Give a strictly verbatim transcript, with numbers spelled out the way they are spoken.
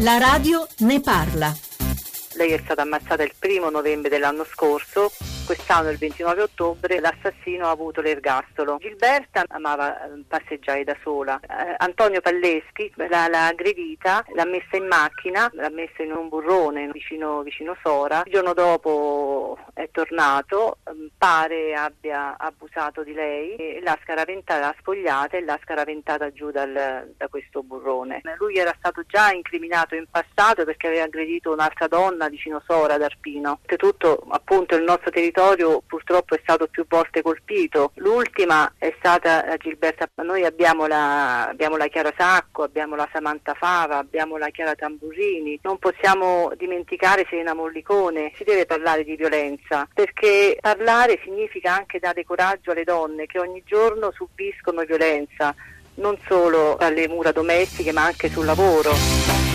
La radio ne parla. Lei è stata ammazzata il primo novembre dell'anno scorso. Quest'anno, il ventinove ottobre, l'assassino ha avuto l'ergastolo. Gilberta amava passeggiare da sola. Eh, Antonio Palleschi l'ha, l'ha aggredita, l'ha messa in macchina, l'ha messa in un burrone vicino, vicino Sora. Il giorno dopo è tornato, pare abbia abusato di lei, e l'ha scaraventata, l'ha spogliata e l'ha scaraventata giù dal, da questo burrone. Lui era stato già incriminato in passato perché aveva aggredito un'altra donna vicino Sora, ad Arpino. Oltretutto, appunto, il nostro territorio purtroppo è stato più volte colpito. L'ultima è stata la Gilberta. Noi abbiamo la, abbiamo la Chiara Sacco, abbiamo la Samantha Fava, abbiamo la Chiara Tamburini. Non possiamo dimenticare Serena Mollicone. Si deve parlare di violenza, perché parlare significa anche dare coraggio alle donne che ogni giorno subiscono violenza, non solo dalle mura domestiche ma anche sul lavoro.